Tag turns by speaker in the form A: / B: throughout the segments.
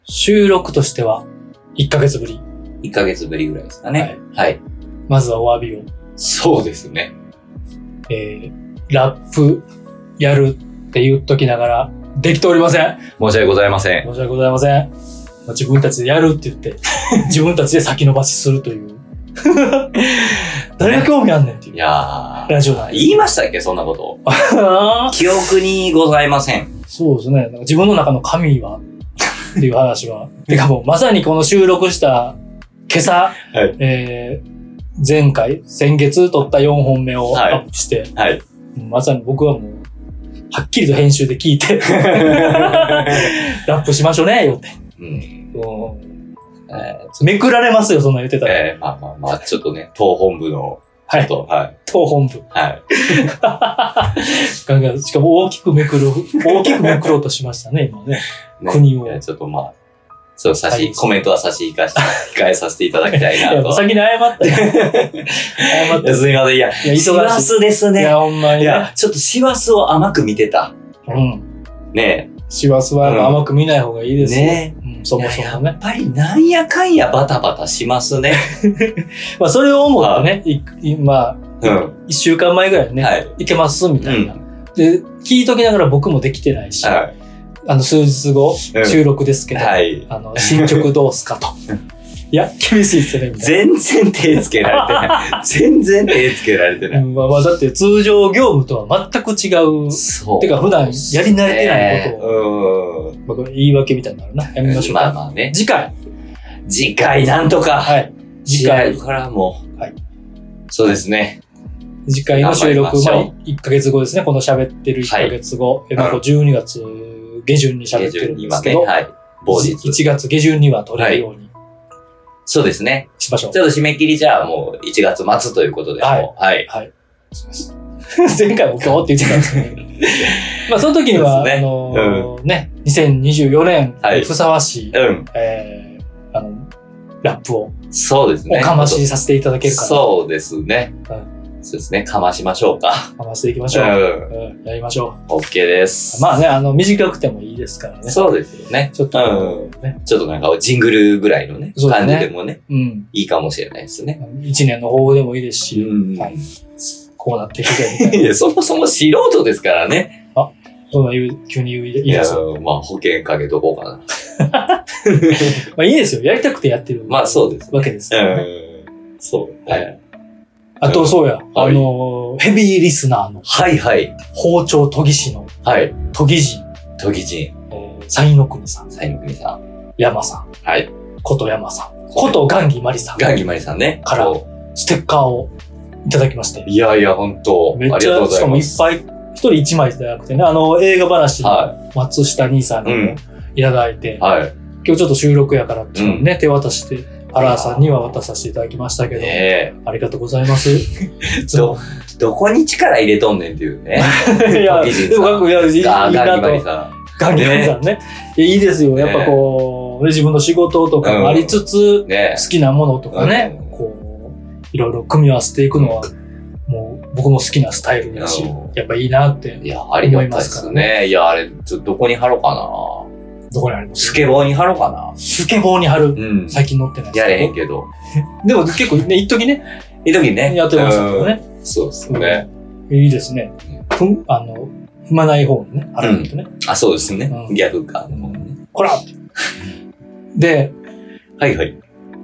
A: 収録としては1ヶ月ぶり。
B: 1ヶ月ぶりぐらいですかね。はい。
A: まずはお詫びを。
B: そうですね。
A: ラップやるって言っときながら、できておりません。
B: 申し訳ございません。
A: 申し訳ございません。自分たちでやるって言って、自分たちで先延ばしするという。誰が興味あんねんっていう。
B: いや
A: ラジオだ。
B: 言いましたっけそんなこと。記憶にございません。
A: そうですね。自分の中の神は、っていう話は。てかもう、まさにこの収録した今朝、
B: はい、
A: 先月撮った4本目をアップして、
B: はい、
A: まさに僕はもう、はっきりと編集で聞いて、ラップしましょうね、よって。めくられますよ、そんな言ってたら。
B: まあ、ちょっとね、当本部の、
A: はい。当本部。
B: はい。
A: しかも大きくめくろうとしましたね、今ね。国を。
B: ちょっとまあ、そう、コメントは差し控えさせていただきたいなと。
A: いや、先に謝って。
B: 謝って。すみません。いや、師走ですね。
A: いや、ほんまに。
B: いや、ちょっと師走を甘く見てた。
A: うん。
B: ねえ。
A: 師走は甘く見ない方がいいですよ。ねえ。そもそもね。
B: やっぱりなんやかんやバタバタしますね。
A: まあ、それを思ってね、1週間前ぐらいね、いけますみたいな。で、聞いときながら僕もできてないし、数日後、収録ですけど、進捗どうすかと。いや、厳しいですね、みたいな。
B: 全然手つけられてない。全然手つけられてない。
A: まあ、だって通常業務とは全く違う。そう。てか、普段やり慣れてないことを。僕、言い訳みたいになるな。やめましょうか。
B: まあまあね。
A: 次回、なんとか。
B: はい。次回からも。はい。そうですね。
A: 次回の収録、1ヶ月後ですね。この喋ってる1ヶ月後。12月下旬に喋ってるんですけど。はい。1月下旬には撮れるように。
B: そうですね。
A: しましょう。
B: ちょっと締め切りじゃあもう1月末ということで。はい。はい。
A: 前回も今日って言ってたんですけど。まあその時には、2024年にふさわしい、ラップを。
B: そうですね。
A: おかましさせていただけるかな。
B: そうですね。そうですね。かましましょうか。
A: かましていきましょう。やりましょう。
B: OK です。
A: まあね、短くてもいいですからね。
B: そうですよね。
A: ちょっと、
B: ちょっっとなんかジングルぐらいのね、感じでもね、いいかもしれないですね。
A: 1年の抱負でもいいですし、こうなっていくぜみたいな。
B: いや、そもそも素人ですからね。
A: そんな急に言いですよ。
B: まあ保険かけとこうかな。
A: まあいいですよ。やりたくてやってる。
B: まあそうです。
A: わけですからね。
B: そう。はい。
A: あと、そうや。ヘビーリスナーの。
B: はいはい。
A: 包丁研ぎ師の。
B: はい。
A: 研ぎ人。西の国さん。山さん。
B: はい。
A: こと山さん。ことガンギマリさん。
B: ガンギマリさんね。
A: から、ステッカーをいただきまして。
B: いやいや、本当
A: めっちゃ、しかもいっぱい、一人一枚じゃなくてね、映画話の松下兄さんにもいただいて、今日ちょっと収録やからってね、手渡して、アラーさんには渡させていただきましたけど、ありがとうございます。
B: どこに力入れとんねんっていうね。
A: いや、でもいいなと。ガンギマリさんね。いいですよ。やっぱこう、自分の仕事とかもありつつ、好きなものとかね、こう、いろいろ組み合わせていくのは、もう僕も好きなスタイルだし、やっぱいいなって思いますからね。
B: いや、あれ、どこに貼ろうかな。
A: どこにあります
B: スケボーに貼ろうかな。
A: スケボーに貼る。最近乗ってないです。
B: やれへんけど。
A: でも結構ね、一時ね。やってましたけどね。
B: そうですね。
A: いいですね。踏まない方にね、貼るとね。
B: そうですね。逆か。
A: こらで、
B: はいはい。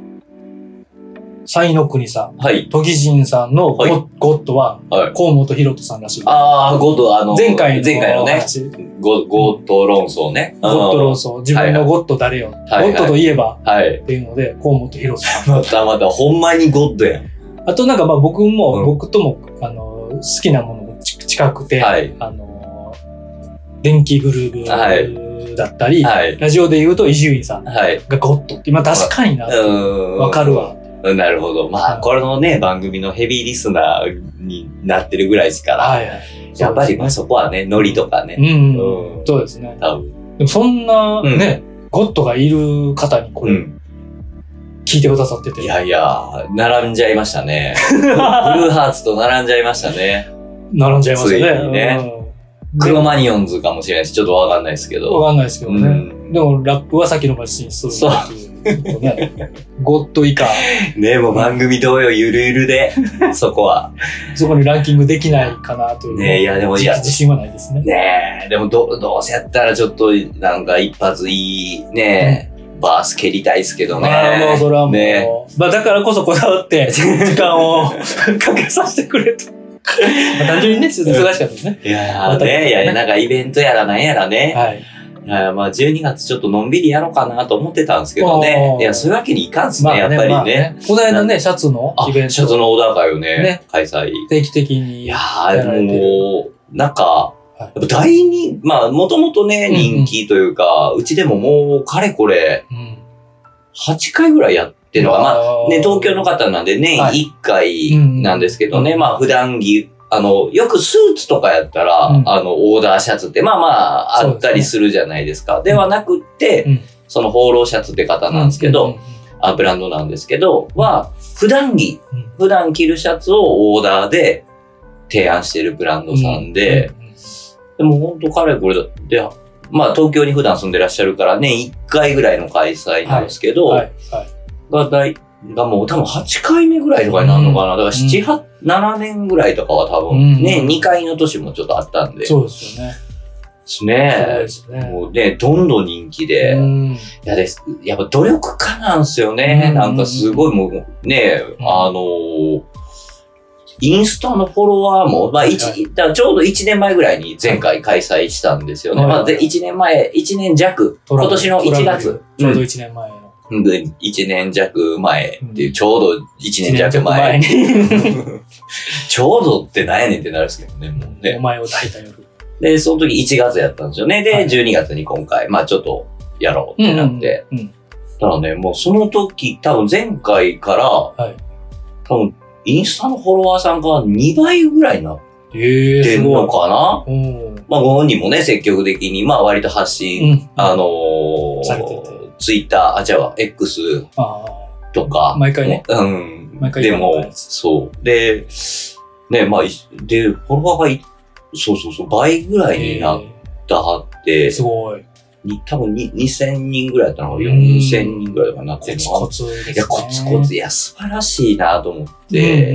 A: 西の国さん。
B: はい。
A: 研ぎ人さんのゴッドは、河本博人さんらしい。
B: ゴッド、
A: 前回の
B: ね。ゴッド論争ね。
A: ゴッド論争。自分のゴッド誰よ。ゴッドといえば、っていうので、河本博人さん。
B: また、ほんまにゴッドやん。
A: あとなんか僕とも、好きなものも近くて、電気グルーヴだったり、ラジオで言うと伊集院さんがゴッドって、まあ確かにな、わかるわ。
B: なるほど。まあ、これのね、番組のヘビーリスナーになってるぐらいですから、やっぱりそこはね、ノリとかね。そうですね。多分。でもそんなね、ゴッドがいる方にこれ、聞いてくださってて。 いやいや、並んじゃいましたね。ブルーハーツと並んじゃいましたね。
A: 並んじゃいましたね。
B: クロマニオンズかもしれないし、ちょっとわかんないですけど。
A: わかんないですけどね。 でもラップは先延ばしにするっていう。ね、ゴッド以下。
B: ね、もう番組同様ゆるゆるで、そこは。
A: そこにランキングできないかなという。
B: ね、いやでも
A: 自信はないですね。
B: ね、でもどうせやったらちょっとなんか一発いいね、バース蹴りたいですけどね。
A: もうそれはもう。ね、まあだからこそこだわって時間をかけさせてくれと。単純にね、忙しかったですね。
B: いやーね、いや、なんかイベントやらなんやらね。はい。まあ12月ちょっとのんびりやろうかなと思ってたんですけどね。いや、そういうわけにいかんすね、やっぱりね。
A: この間ね、シャツのイベント。
B: シャツのオーダー会をね、開催。
A: 定期的に。
B: いやー、もう、なんか、大人、まあ、もともとね、人気というか、うちでももう、かれこれ、8回ぐらいやってるのが、まあ、ね、東京の方なんで年1回なんですけどね、まあ、普段着、よくスーツとかやったら、オーダーシャツって、まあまあ、あったりするじゃないですか。ではなくって、その放浪シャツって方なんですけど、ブランドなんですけど、は、普段着、普段着るシャツをオーダーで提案してるブランドさんで、でも本当彼これで、まあ東京に普段住んでらっしゃるから年1回ぐらいの開催なんですけど、がもう多分8回目ぐらいとかになるのかな。だから7、7年ぐらいとかは多分ね、2回の年もちょっとあったんで。
A: そうですよね。
B: ですね。もうね、どんどん人気で。いやです。やっぱ努力家なんですよね。なんかすごいもうね、インスタのフォロワーも、まあちょうど1年前ぐらいに前回開催したんですよね。まあ1年前、1年弱、今年の1月。
A: ちょうど1年前の。
B: 1年弱前っていう、ちょうど1年弱前。ちょうどって何やねんってなるんですけどね、もうね。
A: お前を抱いた夜。
B: で、その時1月やったんですよね。で、12月に今回、まあちょっとやろうってなって。ただね、もうその時、多分前回から、多分インスタのフォロワーさんが2倍ぐらいになってるのかな。まあご本人もね、積極的に、まあ割と発信、ツイッター、X とか。
A: 毎回ね。
B: 毎回でも、そう。で、ね、まあ、で、フォロワーが倍ぐらいになったはって、
A: すごい。
B: 多分2000人ぐらいだったのが4000人ぐらいとかなってるのが。
A: コツコツですね。
B: いや、コツコツ。いや、素晴らしいなと思って。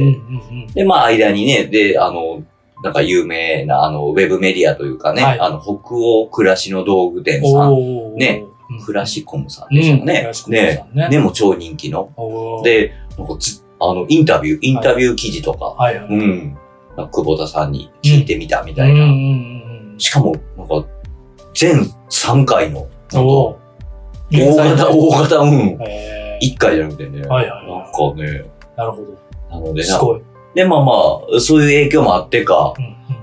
B: で、まあ、間にね、で、なんか有名な、ウェブメディアというかね、北欧暮らしの道具店さん。ね。クラシコムさんでしたね。ね、もう超人気の。で、なんかインタビュー記事とか、久保田さんに聞いてみたみたいな。しかも、なんか、全3回の、大型、1回じゃなくてね。なんかね。
A: なるほど。
B: なので、
A: すごい。
B: で、まあまあ、そういう影響もあってか、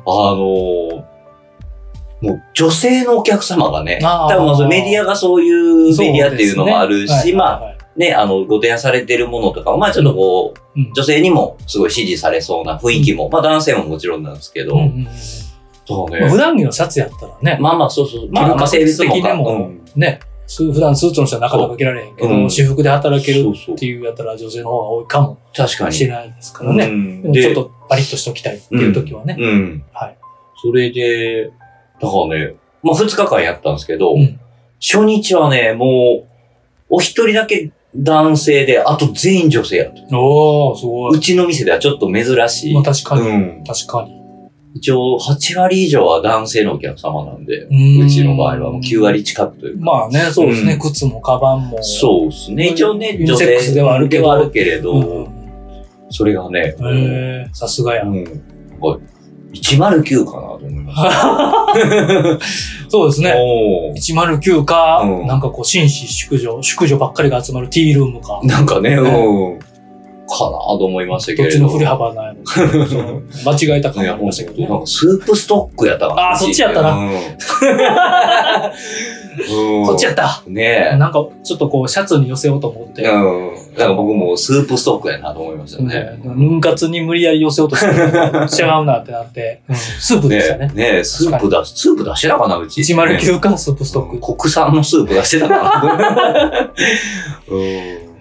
B: もう女性のお客様がね、多分メディアがそういうメディアっていうのもあるし、まあね、ご提案されてるものとかも、まあちょっとこう、女性にもすごい支持されそうな雰囲気も、まあ男性ももちろんなんですけど、
A: そうね。普段着のシャツやったらね。
B: まあそうそう。まあ性別的でも、
A: ね、普段スーツの人はなかなか着られへんけど、私服で働けるっていうやったら女性の方が多いかもしれないですからね。ちょっとパリッとしておきたいっていう時はね。はい。
B: それで、だからね、まあ2日間やったんですけど、初日はね、もう、お一人だけ男性で、あと全員女性やった。
A: おー、すごい。
B: うちの店ではちょっと珍しい。
A: まあ確かに。確かに。
B: 一応、8割以上は男性のお客様なんで、うちの場合はもう9割近くというか。
A: まあね、そうですね。靴もカバンも。
B: そうですね。一応ね、女性ではあるけれど、それがね、
A: さすがや。
B: 109かなと思いました。
A: そうですね。109か、なんかこう、紳士淑女ばっかりが集まるティールームか。
B: なんかね、かなと思いましたけれど。
A: どっちの振り幅ないの間違えたかもありましたけど。
B: なんかスープストックやったかな。
A: そっちやったな。そっちやった。
B: ねえ。
A: なんか、ちょっとこう、シャツに寄せようと思って。
B: なんか僕もスープストックやなと思いましたね。
A: ヌン活に無理やり寄せようとして、違うなってなって、スープでしたね。
B: ねえ、スープ出してたかな、うち。
A: 109か、スープストック。
B: 国産のスープ出してたかな。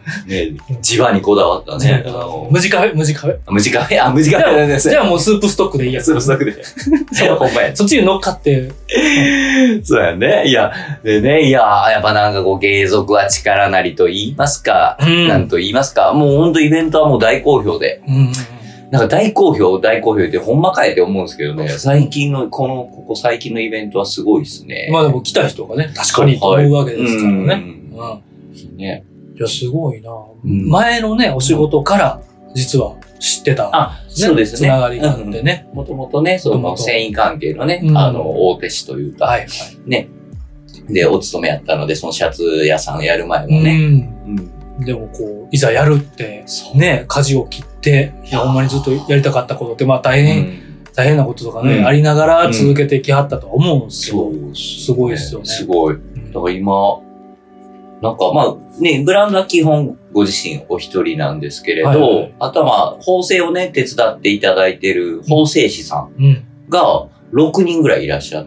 B: ね、地場にこだわったね。
A: 無地カフェ。
B: 無地カフェですね。
A: じゃあもうスープストックでいいやつ。
B: スープストックで。
A: そう、ほんまや。そっちに乗っかって。
B: そうやね。いや、でね、やっぱなんかこう、継続は力なりと言いますか、なんと言いますか、もうほんとイベントはもう大好評で。なんか大好評ってほんまかいって思うんですけどね、最近の、ここ最近のイベントはすごいですね。
A: まあでも来た人がね、確かにと思うわけですからね。ね。いや、すごいな。前のね、お仕事から実は知ってた。
B: そうですね。
A: つながりがあってね。
B: もともとね、その繊維関係のね、大手師というか、ね。で、お勤めやったので、そのシャツ屋さんやる前もね。でもこう、いざやるって、ね、舵を切って、いや、ほんまにずっとやりたかったことって、まあ大変なこととかね、ありながら続けてきはったとは思うんですよ。すごいですよね。 すごい。だから今、なんかまあね、ブランドは基本ご自身お一人なんですけれど、あとはまあ、縫製をね、手伝っていただいている縫製師さんが6人ぐらいいらっしゃって、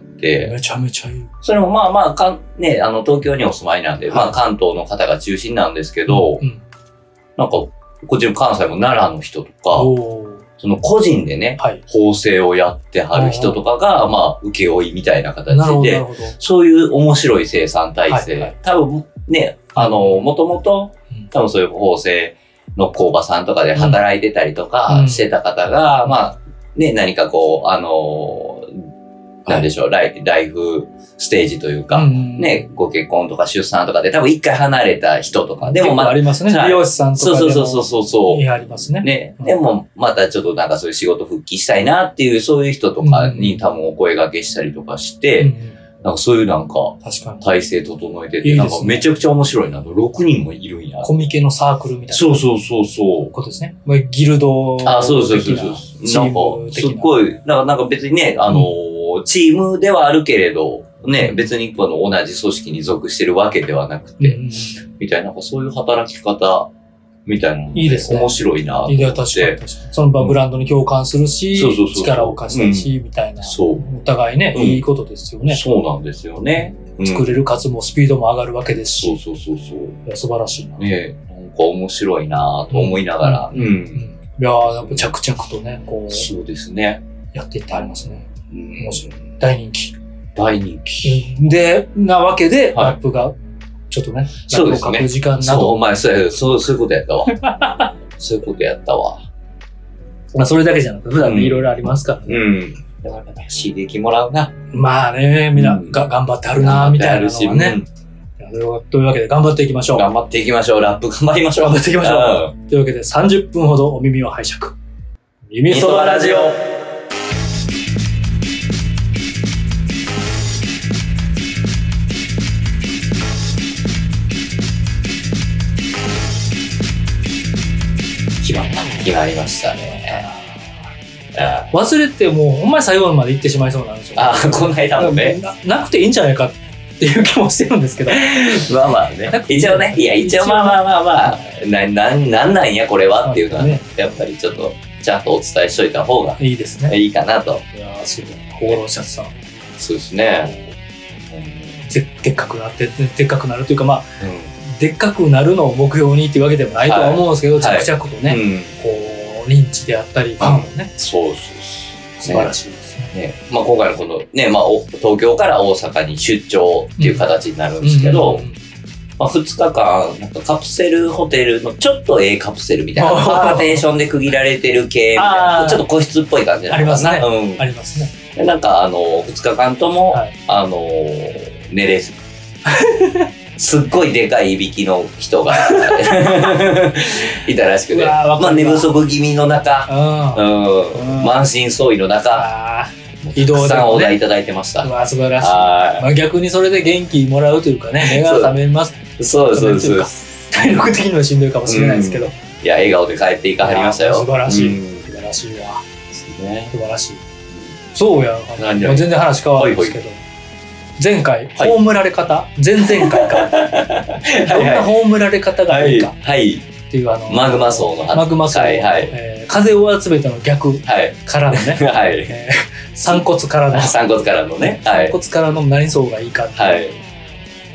A: めちゃめちゃいい。
B: それもまあね、東京にお住まいなんで、まあ関東の方が中心なんですけど、なんか、こっちの関西も奈良の人とか、その個人でね、縫製をやってはる人とかが、まあ、請負いみたいな形で、そういう面白い生産体制、多分ね、もともと、多分そういう縫製の工場さんとかで働いてたりとかしてた方が、まあ、ね、何かこう、なんでしょう、ライフステージというか、ね、ご結婚とか出産とかで多分一回離れた人とか、でも
A: ありますね。美容師さんとかでも。
B: そう。
A: ありますね。
B: ね、でもまたちょっとなんかそういう仕事復帰したいなっていう、そういう人とかに多分お声掛けしたりとかして、なんかそういうなんか、体制整えてて、なんかめちゃくちゃ面白いなと、6人もいるんや。
A: コミケのサークルみたいな。
B: そう。
A: ことですね。ギルド的な。
B: そう。なんか、すっごい、なんか別にね、チームではあるけれど、ね、別にこの同じ組織に属してるわけではなくて、みたいな、なんかそういう働き方、みたいなの
A: いいですね。
B: 面白いなと思って。
A: いや、確かに。そのブランドに共感するし、力を貸したいし、みたいな。お互いね、いいことですよね。
B: そうなんですよね。
A: 作れる数もスピードも上がるわけですし。
B: そう。
A: いや、素晴らしいな。
B: ね、なんか面白いなと思いながら。
A: いや、やっぱ着々とね、こう。
B: そうですね。
A: やっていってありますね。面白い。大人気。で、なわけで、ラップが、ちょっとね、ラップを書く時間など。
B: そう、お前、そういうことやったわ。そういうことやったわ。
A: まあ、それだけじゃなくて、普段いろいろありますから
B: ね。だからね、CD 機もらうな。
A: まあね、みんな頑張ってはるな、みたいなのはね。というわけで、頑張っていきましょう。
B: 頑張っていきましょう。ラップ頑張りましょう。
A: 頑張っていきましょう。というわけで、30分ほどお耳を拝借。耳そばラジオ。
B: 決まりましたね。
A: 忘れてもうほんまに最後まで行ってしまいそうなんですよ。
B: この間もね。
A: なくていいんじゃないかっていう気もしてるんですけど。
B: まあまあね。一応ね。いや、一応まあ。なんやこれはっていうのはね、やっぱりちょっと、ちゃんとお伝えしといた方が
A: いいですね。
B: いいかなと。
A: いやー、すごい。心のシャツさん。
B: そうですね。
A: でっかくなるというか、まあ、でっかくなるのを目標にっていうわけでもないとは思うんですけど、着々とね、こう、認知であったり、ファンもね。
B: そう。
A: 素晴らしいですね。
B: まあ今回のこのね、まあ東京から大阪に出張っていう形になるんですけど、まあ2日間、なんかカプセルホテルのちょっとカプセルみたいな、パーテーションで区切られてる系みたいな、ちょっと個室っぽい感じなのかな。
A: ありますね。
B: なんか2日間とも、寝れず。すっごいでかいいびきの人がいたらしくて、まあ寝不足気味の中、満身創痍の中、移動でたくさんお題いただいてました。
A: 素晴らしい。まあ逆にそれで元気もらうというかね、目が覚めます。
B: そうです。
A: 体力的にはしんどいかもしれないですけど。
B: いや、笑顔で帰っていかはりましたよ。
A: 素晴らしい。素晴らしいわ。素晴らしい。そうや、全然話変わるんですけど。前回、葬られ方、前々回か。どんな葬られ方がいいか。っていう
B: マグマ層の話。
A: マグマ層。風を集めたの逆からのね。散骨からの。
B: 散骨からのね。
A: 散骨からの何層がいいかっていう。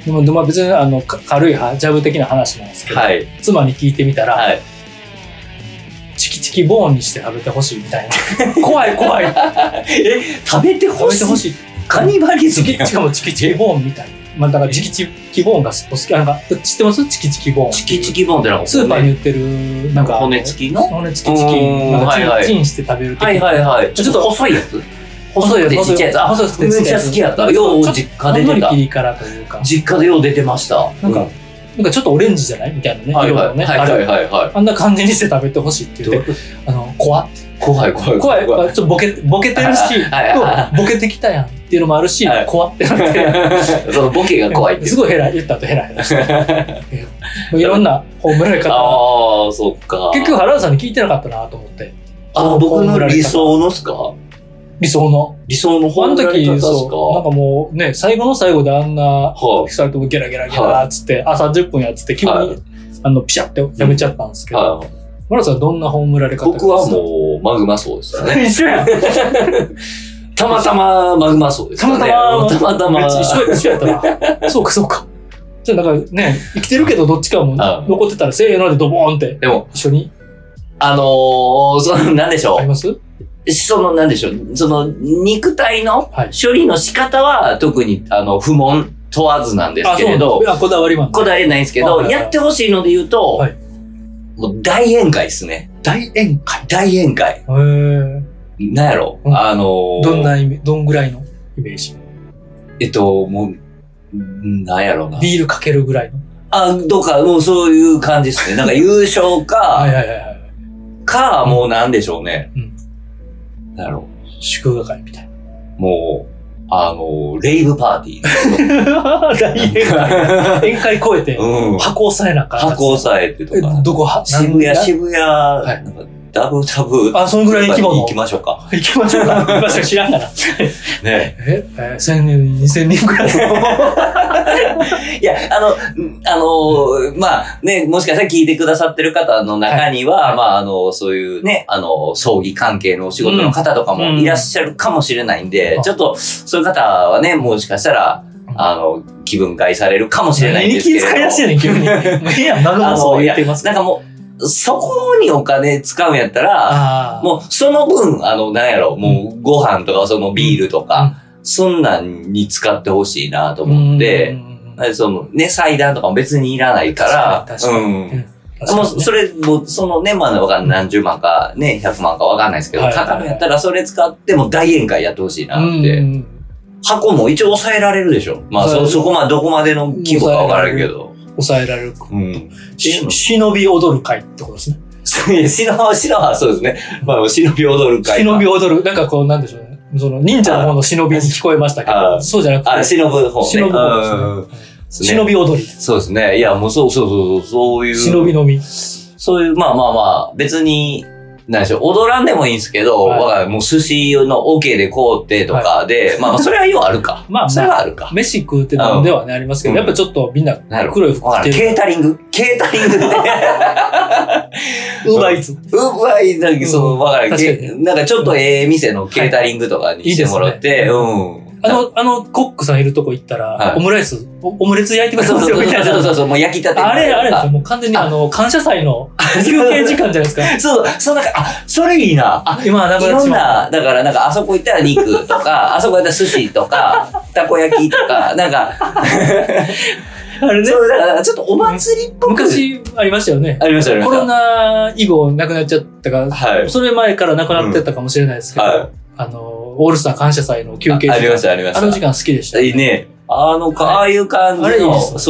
A: でも別に軽いジャブ的な話なんですけど、はい、妻に聞いてみたら、はい、チキチキボーンにして食べてほしいみたいな。怖い。
B: 食べてほしい。カニバリズム。
A: しかもチキチキボーンみたいな。まあだからチキチキボーンがお好き。知ってますチキチキボーン。
B: チキチキボーンってなんか
A: スーパーに売ってる、なんか
B: 骨付きの
A: 骨付きチキン。なんかチンして食べる。
B: はい。ちょっと細いやつ細いやつ。ちっちゃいやつ。
A: 細くて
B: めっちゃ好きやった。よう実家で出た。
A: ほんのりピリ辛というか。
B: 実家でよう出てました。
A: なんかちょっとオレンジじゃないみたいなね。色がね。あんな感じにして食べてほしいって言って、怖い。ちょっとボケてるし、ボケてきたやんっていうのもあるし、怖ってなって。
B: そのボケが怖いって。
A: すごい言った後ヘラヘラして。いろんな褒められ方。
B: ああ、そっか。
A: 結局原田さんに聞いてなかったなと思って。
B: 僕の理想のっすか？
A: 理想の
B: 褒められ方っすか？
A: なんかもうね、最後の最後であんな、二人ともゲラゲラっつって、30分やっつって急に、ピシャってやめちゃったんですけど、原田さんはどんな褒められ方ですか？
B: 僕はもう、マグマそうですよね。
A: 一緒やん。
B: たまたまマグマそうですよね。たまたま。
A: 一緒やったな。そうか。じゃあなんかね、生きてるけどどっちかも残ってたらせーのでドボーンって。
B: でも、
A: 一緒に。
B: なんでしょう。
A: あります？
B: なんでしょう。肉体の処理の仕方は特に、不問問わずなんですけれど。
A: こだわりは
B: ないんですけど、やってほしいので言うと、もう大宴会ですね。
A: 大宴
B: 会。なんやろ、ど
A: んぐらいのイメージ？
B: もう、なんやろな。
A: ビールかけるぐらいの。
B: どうか、もうそういう感じですね。なんか優勝か、もうなんでしょうね。なんやろ。
A: 祝賀会みたいな。
B: もう、レイブパーティー。
A: 大宴会超えて、箱押さえなかった。
B: 箱押さえてとか。
A: どこ
B: 渋谷、なんかダブ。
A: そのぐらいの規模の。
B: 行きましょうか。
A: 知らんがな。
B: ね
A: 1000人、2000人ぐらい。
B: いや、まあね、もしかしたら聞いてくださってる方の中には、まあそういうね、葬儀関係のお仕事の方とかもいらっしゃるかもしれないんで、ちょっと、そういう方はね、もしかしたら、気分害されるかもしれないんですけど。
A: 気遣いらしいねん、急に。いや、そう言ってます。
B: なんかもう、そこにお金使うんやったら、もうその分、なんやろ、もうご飯とかそのビールとか、そんなんに使ってほしいなと思って、祭壇とかも別にいらないから、もうそれ、もうそのね、まだ何十万かね、100万かわかんないですけど、かかるんやったらそれ使っても大宴会やってほしいなって。箱も一応抑えられるでしょ。まあそこまでどこまでの規模かわからんけど。
A: 抑えられる。忍び踊る会ってことですね。
B: 忍はそうですね。まあ、忍び踊る会。
A: 忍び踊る。なんかこう、なんでしょうね。忍者の方の忍びに聞こえましたけど、そうじゃなくて。
B: 忍ぶ方ね。
A: 忍ぶ方ですね。忍び踊り。
B: そうですね。いや、もうそういう。
A: 忍びのみ。
B: そういう、まあ、別に、なんでしょう、踊らんでもいいんですけど、もう寿司の OK で買うてとかで、まあ、それはようあるか。それはあるか。
A: 飯食うってのではね、ありますけど、やっぱちょっとみんな黒い服着てる。
B: ケータリングね。
A: ウーバーイーツ。
B: なんかわからん。なんかちょっと店のケータリングとかにしてもらって、
A: コックさんいるとこ行ったら、オムレツ焼いてくださいよみたいな。
B: そう、もう焼きたて。
A: あれですよ。もう完全に感謝祭の休憩時間じゃないですか。
B: なんか、それいいな。
A: 今
B: いろんな、だからなんかあそこ行ったら肉とか、あそこ行ったら寿司とか、たこ焼きとか、なんか、
A: あれね。
B: そう、だからちょっとお祭りっぽく。
A: 昔ありましたよね。
B: ありました。
A: コロナ以後なくなっちゃったから、それ前からなくなってたかもしれないですけど、オールスター感謝祭の休憩時間。
B: ありました。
A: あの時間好きでした。
B: いいね。ああいう感じの。
A: あれいいです。
B: そう。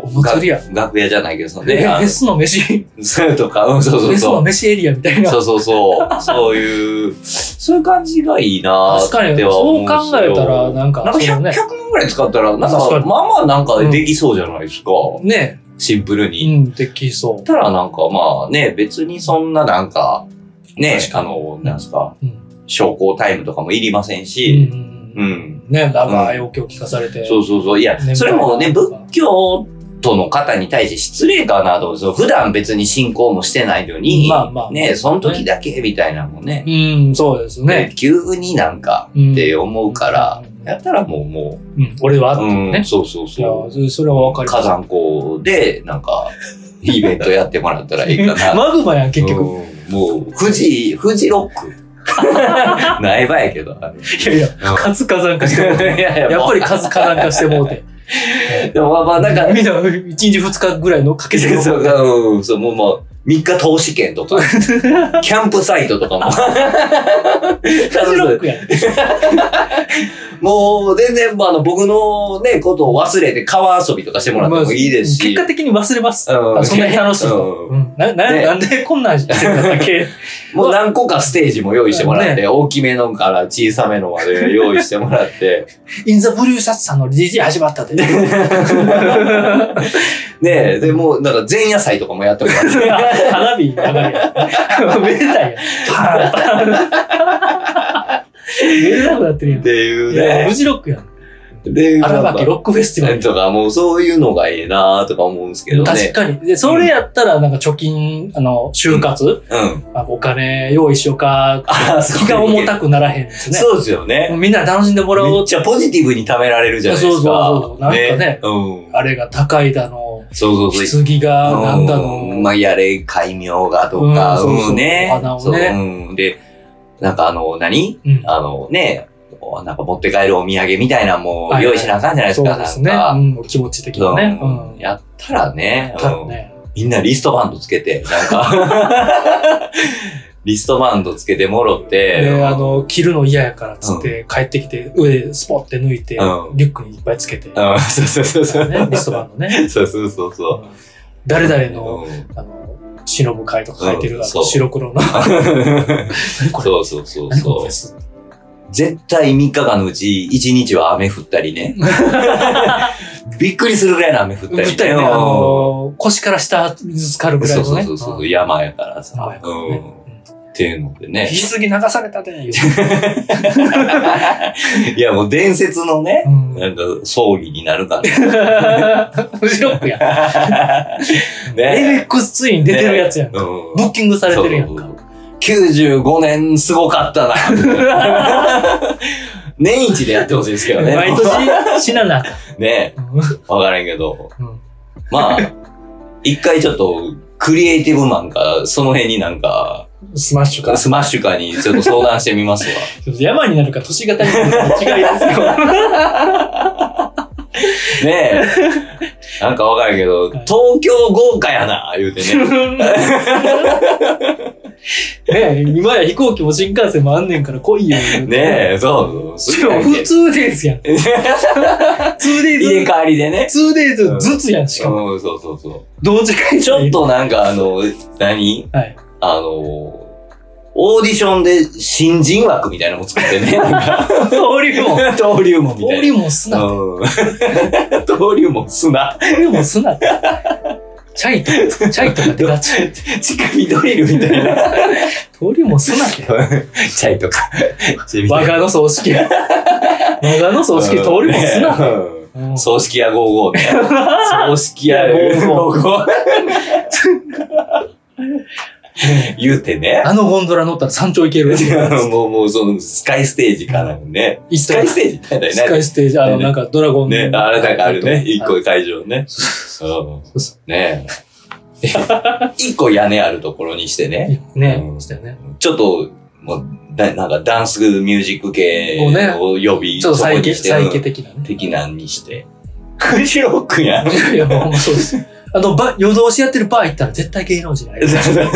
A: お祭りや。
B: 楽屋じゃないけど、
A: フェスの飯。
B: そうとか、そう。
A: フェスの飯エリアみたいな。
B: そう。そういう感じがいいな
A: 確かに、そう考えたら、なんか
B: 100万ぐらい使ったら、なんか、まあなんかできそうじゃないですか。
A: ね。
B: シンプルに。
A: できそう。
B: たらなんかまあね、別にそんななんか、ね、なんすか。昇降タイムとかもいりませんし、
A: ね、長いお経聞かされて。
B: そう。いや、それもね、仏教徒の方に対して失礼かなと思うんですよ。普段別に信仰もしてないのに、ね、その時だけみたいなのもね。
A: そうですね。
B: 急になんかって思うから、 やったらも
A: う。俺はってね。
B: そうそうそ
A: う。いや、それはわかります。
B: 火山港で、なんか、イベントやってもらったらいいかな。
A: マグマやん、結局。
B: もう、富士ロック。ないばやけど。
A: いや、活火山化してもうて。やっぱり活火山化してもうて。
B: でもまあなんか。
A: みんな1日2日ぐらいのかけてる。
B: そう、もう3日投資券とか、キャンプサイトとかも。
A: 富士ロックやん。
B: もう全然僕のね、ことを忘れて川遊びとかしてもらってもいいですし。
A: 結果的に忘れます。そんなに楽しいと。なんでこんなんしてるんだっけ。
B: もう何個かステージも用意してもらって、大きめのから小さめのまで用意してもらって。
A: インザブリューサッツさんの DJ 始まったで。
B: ねで、もうなんか前夜祭とかもやってもらって。
A: 花火流れや。めでたいやん。パーン。めでたくなってるやん。
B: っていうね。
A: フジロックやん。
B: で、
A: 荒垣ロックフェスティバル
B: とか、もうそういうのがいいなとか思うんですけどね。
A: 確かに。で、それやったら、なんか貯金、就活、お金用意しようか、気が重たくならへんですね。
B: そうですよね。
A: みんな楽しんでもらおう。
B: めっちゃポジティブに貯められるじゃないですか。
A: そう。なんかね、あれが高いだの、棺がなんだの。
B: まあ、やれ、戒名がとか、ね。
A: 花をね。
B: で、なんかなんか持って帰るお土産みたいなのも用意しなあかんじゃないですか。
A: そうですね。気持ち的なね。
B: やったらね、みんなリストバンドつけて、なんか、リストバンドつけてもろって。
A: 着るの嫌やからつって帰ってきて、上スポッて抜いて、リュックにいっぱいつけて。
B: そう。
A: リストバンドね。
B: そう。
A: 誰々の、忍ぶ会とか書いてる白黒の。
B: そう。絶対3日間のうち1日は雨降ったりね。びっくりするぐらいの雨降ったりね。
A: 腰から下水浸かるぐらいのね。
B: そう、山やからさ。っていうのでね。
A: 棺流されたで。
B: いや、もう伝説のね、なんか葬儀になるから。
A: フジロックや。エベックスツイン出てるやつやん。ブッキングされてるやんか。
B: 95年すごかったな。年一でやってほしいですけどね。
A: 毎年死なな。
B: ねわからんけど。まあ、一回ちょっと、クリエイティブマンか、その辺になんか、
A: スマッシュか
B: にちょっと相談してみますわ。
A: 山になるか都市型になるか違いですよ。
B: ねえ。なんかわからんけど、東京豪華やな、言うてね。
A: ねえ、今や飛行機も新幹線もあんねんから来いよ。
B: ねえ、そう。
A: しかも普通ですやん。2 days。
B: 入れ替わりでね。
A: 2 days ずつやん、しかも。
B: そう。
A: 同時会
B: ちょっとなんか何
A: はい。
B: オーディションで新人枠みたいなのも作ってね。
A: 登竜門みたいな。
B: 登竜門
A: すな。
B: 登竜門すな。
A: チャイとか出がち。
B: 地下見ドリルみたいな。
A: 登竜門すなって。
B: チャイとか。
A: 我がの葬式。我がの葬式登竜門すな。
B: 葬式屋55ね。葬式屋55。言うてね。
A: ゴンドラ乗ったら山頂行ける。
B: もうそのスカイステージかなね。スカイステージみたいなね。
A: スカイステージ、なんかドラゴン
B: ね。あれなんかあるね。一個会場ね。ね一個屋根あるところにしてね。
A: したよね。
B: ちょっと、もう、なんかダンスミュージック系を呼び、
A: ちょっとサイケ的なね。
B: 的なんにして。フジロックやん。
A: いや、ほんまそうです。夜通しやってるバー行ったら絶対芸能人がいる。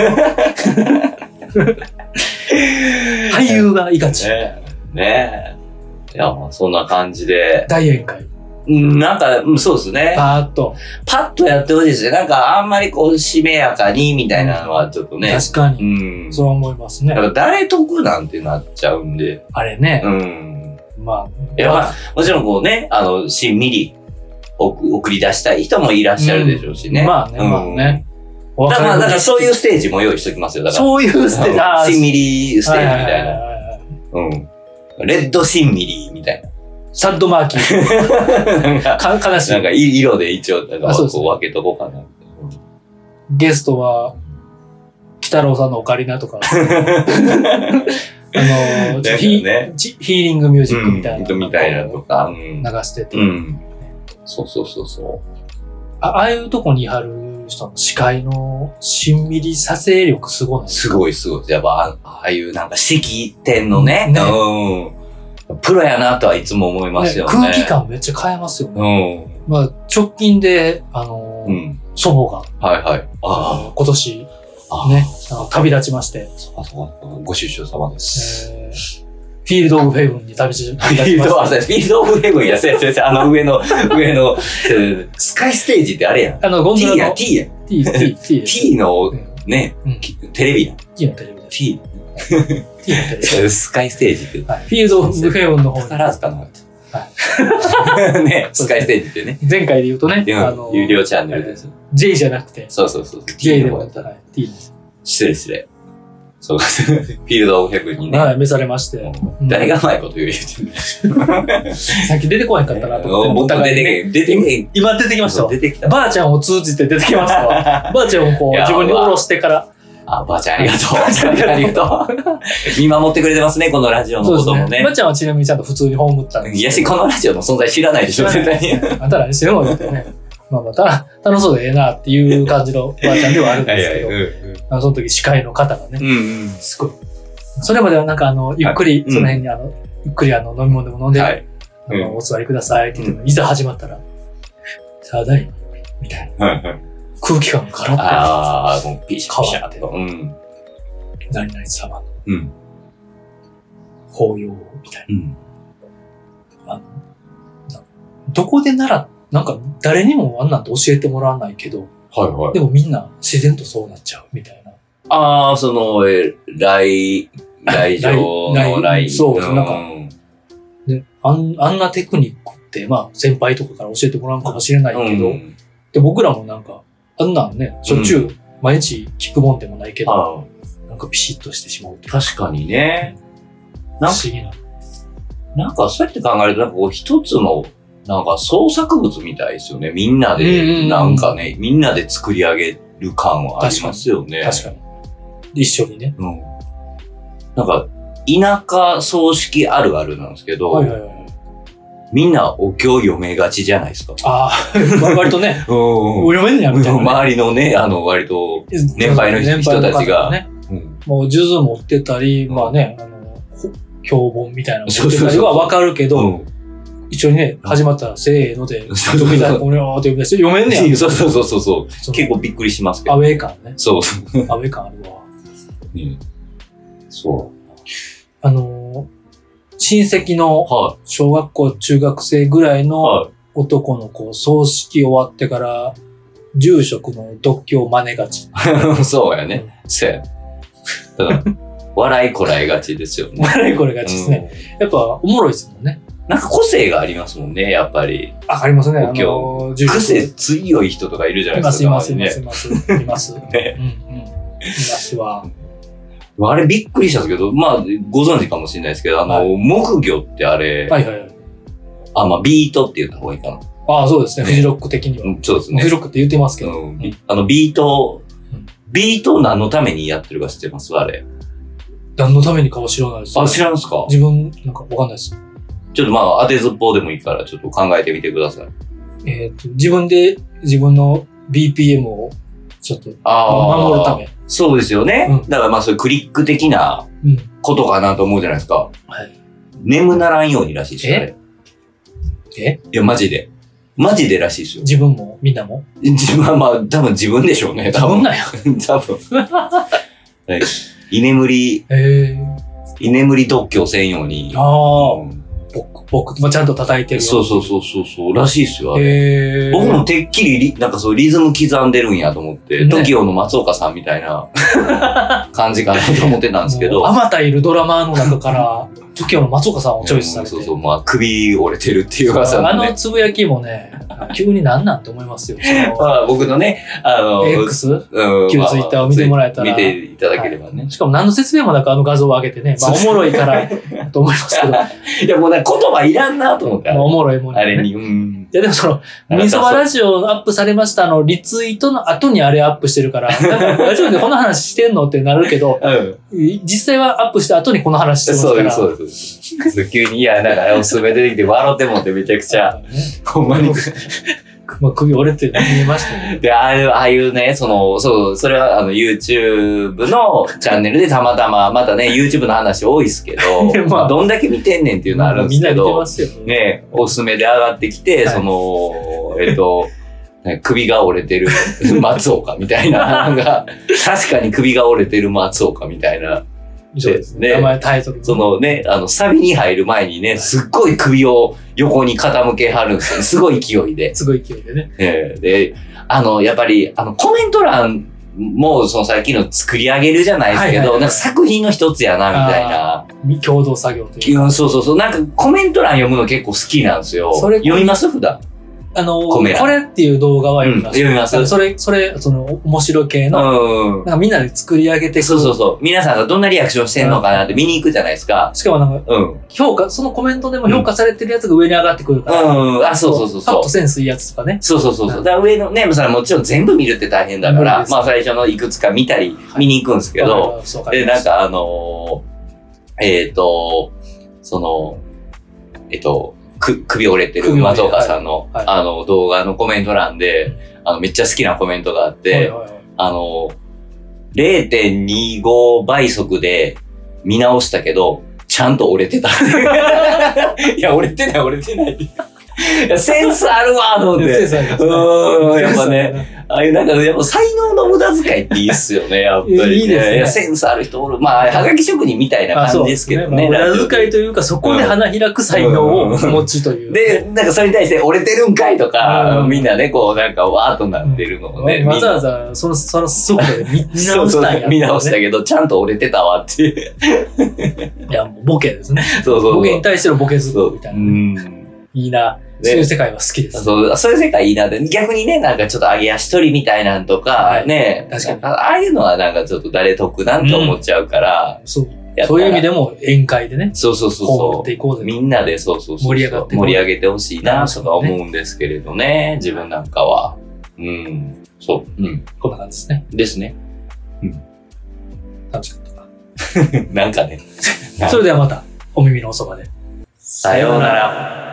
A: 俳優がいがち。
B: ねえ。いや、そんな感じで。
A: 大宴会。
B: なんか、そうですね。
A: パ
B: ッとやってほしいですね。なんか、あんまりこう、しめやかに、みたいなのはちょっとね。
A: 確かに。そう思いますね。
B: だから誰得なんてなっちゃうんで。
A: あれね。
B: まあ、もちろんこうね、しんみり。送り出したい人もいらっしゃるでしょうしね。
A: まあね。
B: だからそういうステージも用意しときますよ。だから
A: そういうステージ。
B: しんみりステージみたいな。レッドしんみりみたいな。
A: サッドマーキー。悲しい。
B: なんか色で一応、こう分けとこうかな。
A: ゲストは、北郎さんのオカリナとか。 ヒーリングミュージックみたいな。
B: みたいなとか。
A: 流してて。
B: そう。
A: ああいうとこにある人の視界のしんみりさせ力すごい。
B: すごい。やっぱ、ああいうなんか式典のね。プロやなとはいつも思いますよね。
A: 空気感めっちゃ変えますよね。直近で、祖母が、今年、旅立ちまして。
B: ご出所様です。
A: フィールドオブヘブンに旅立ちました。
B: フィールドオブヘブンや、上の、スカイステージってあれやん。
A: ゴンドラの。
B: T や。T の、ね、テレビやん。
A: T のテレビです。
B: T スカイステージって。
A: フィールドオブヘブンの方に。
B: 宝塚の方。ね、スカイステージってね。
A: 前回で言うとね、
B: 有料チャンネルです。
A: J じゃなくて。
B: そう。
A: J でもやったら、T です。
B: 失礼。そうです。フィールドオブヘブンにね。
A: 召されまして。
B: 誰がうまいこと言うて
A: るさっき出てこへんかったなと思って。今出てきましたわ。ばあちゃんを通じて出てきましたわ。ばあちゃんをこう、自分に下ろしてから。
B: ばあちゃんありがとう。ありがとう。見守ってくれてますね、このラジオのこともね。
A: ばあちゃんはちなみにちゃんと普通に葬ったんです。
B: いやし、このラジオの存在知らないでしょ、絶対に。
A: あんたらにしてもらってね。楽しそうでええなっていう感じのばあちゃんではあるんですけど、その時司会の方がね、すごい。それまではなんかゆっくり、その辺にゆっくり飲み物でも飲んで、お座りくださいって言って、いざ始まったら、ただいま、みたいな。空気感がガラッと。
B: もうピシャッと。
A: 何々様の、法要みたいな。どこでなんか誰にもあんなんて教えてもらわないけど、でもみんな自然とそうなっちゃうみたいな。
B: 来場の来。
A: そう、なんか、ね、あんなテクニックって、先輩とかから教えてもらうかもしれないけど、で僕らもなんか、あんなんね、しょっちゅう毎日聞くもんでもないけど、なんかピシッとしてしまう。
B: 確かにね。
A: 不思議な。
B: なんかそうやって考えると、なんかこう一つの、なんか創作物みたいですよね。みんなで、なんかね、みんなで作り上げる感はありますよね。
A: 確かに。一緒にね。
B: なんか、田舎葬式あるあるなんですけど、みんなお経読めがちじゃないですか。
A: 割とね。読めんねやみたいな。
B: 周りのね、割と年配の人たちが。
A: もう数珠持ってたり、経本みたいなの持ってたりはわかるけど、一緒にね、始まったら、せーので、時々、おにょーって呼び出して、読めんねや。
B: そう。結構びっくりしますけど。
A: アウェー感ね。
B: そう。
A: アウェー感あるわ。
B: そう。
A: 親戚の小学校、中学生ぐらいの男の子、葬式終わってから、住職の独居を真似がち。
B: そうやね。そうや。だから、笑いこらえがちですよね。
A: 笑いこらえがちですね。やっぱ、おもろいですもんね。
B: なんか個性がありますもんね、やっぱり。
A: ありますね。
B: 癖強い人とかいるじゃないですか。
A: います。います。いますわ。
B: あれびっくりしたんですけど、ご存知かもしれないですけど、木魚ってあれ、ビートって言った方がいいか
A: な。そうですね。フジロック的には。
B: そうですね。
A: フジロックって言ってますけど。
B: ビートを何のためにやってるか知ってますあれ。
A: 何のためにかは知らないです。
B: 知らんすか？
A: 自分、なんかわかんないです。
B: ちょっと当てずっぽうでもいいから、ちょっと考えてみてください。
A: 自分で自分の BPM をちょっと守るため。
B: そうですよね。だからそういうクリック的なことかなと思うじゃないですか。眠ならんようにらしいですよね。いや、マジでらしいですよ。
A: 自分もみんなも
B: 自分は多分自分でしょうね。
A: 自分なんや。
B: 多分。居眠り独居せんように。
A: 僕もちゃんと叩いてる。
B: そうらしいですよ。僕もてっきりなんかリズム刻んでるんやと思って、TOKIO の松岡さんみたいな感じかなと思ってたんですけど。
A: あまたいるドラマーの中から、TOKIO の松岡さんをチョイスされて。
B: 首折れてるっていう噂
A: なんで。つぶやきもね、急になんて思いますよ。
B: 僕のね、
A: X？旧ツイッターを見てもらえたら。
B: 見ていただければね。
A: しかも何の説明もなく画像を上げてね、おもろいからと思いますけど。
B: いや、もう言葉いらんなと思った。
A: おもろいもんね。
B: あれに。
A: いや、でもみそばラジオアップされましたリツイートの後にあれアップしてるから、ラジオでこの話してんのってなるけど、実際はアップした後にこの話してますから。
B: そうです。急に、いや、おすすめ出てきて笑ってもってめちゃくちゃ、ほんまに。
A: 首折れて見えましたね。
B: で、ああいうね、それはYouTube のチャンネルでたまたま、またね、YouTube の話多いですけど、どんだけ見てんねんっていうのあるんですけど、
A: みんな見てますよ
B: ね、おすすめで上がってきて、首が折れてる松岡みたいな、確かに首が折れてる松岡みたいな。
A: そうですね。名前タイトル。
B: サビに入る前にね、すっごい首を横に傾けはるんですよ。すごい勢いで。
A: すごい勢いでね。
B: で、やっぱり、コメント欄も、さっきの作り上げるじゃないですけど、作品の一つやな、みたいな。
A: 共同作業というか。
B: そう。コメント欄読むの結構好きなんですよ。読みます普段。
A: これっていう動画は読みます。
B: 読みます。
A: それ、面白系の、みんなで作り上げていく。
B: そう。皆さんがどんなリアクションしてんのかなって見に行くじゃないですか。
A: しかもそのコメントでも評価されてるやつが上に上がってくるから。
B: そう。
A: パッとセンスいいやつとかね。
B: そう。だから上のね、もちろん全部見るって大変だから、最初のいくつか見たり、見に行くんですけど、で、首折れてる松岡さんの、動画のコメント欄で、めっちゃ好きなコメントがあって、0.25 倍速で見直したけど、ちゃんと折れてた。いや、折れてない。センスあるわ、と思って。
A: センスありますね。
B: やっぱね、ああいうやっぱ才能の無駄遣いっていいっすよね、やっぱり、ね。
A: いいですね。
B: センスある人おる。はがき職人みたいな感じですけどね。
A: 無駄遣いというか、そこで花開く才能をお持ちという。
B: で、それに対して折れてるんかいとか、みんなね、わーっとなってるのをね。
A: わざわざ、その速度で見直したんや。
B: 見直したけど、ちゃんと折れてたわっていう。
A: いや、もうボケですね。
B: そう。
A: ボケに対してのボケずっとみたいな。いいな。そういう世界は好きです。
B: そういう世界いいなって。逆にね、ちょっと揚げ足取りみたいなんとか、ね。
A: 確かに。
B: ああいうのはちょっと誰得なんて思っちゃうから。
A: そういう意味でも宴会でね。
B: そう。
A: っていこうぜ。
B: みんなで盛り上げてほしいなとか思うんですけれどね。自分なんかは。そう。
A: こんな感じですね。
B: ですね。
A: 楽しかったな。
B: なんかね。
A: それではまた、お耳のおそばで。
B: さようなら。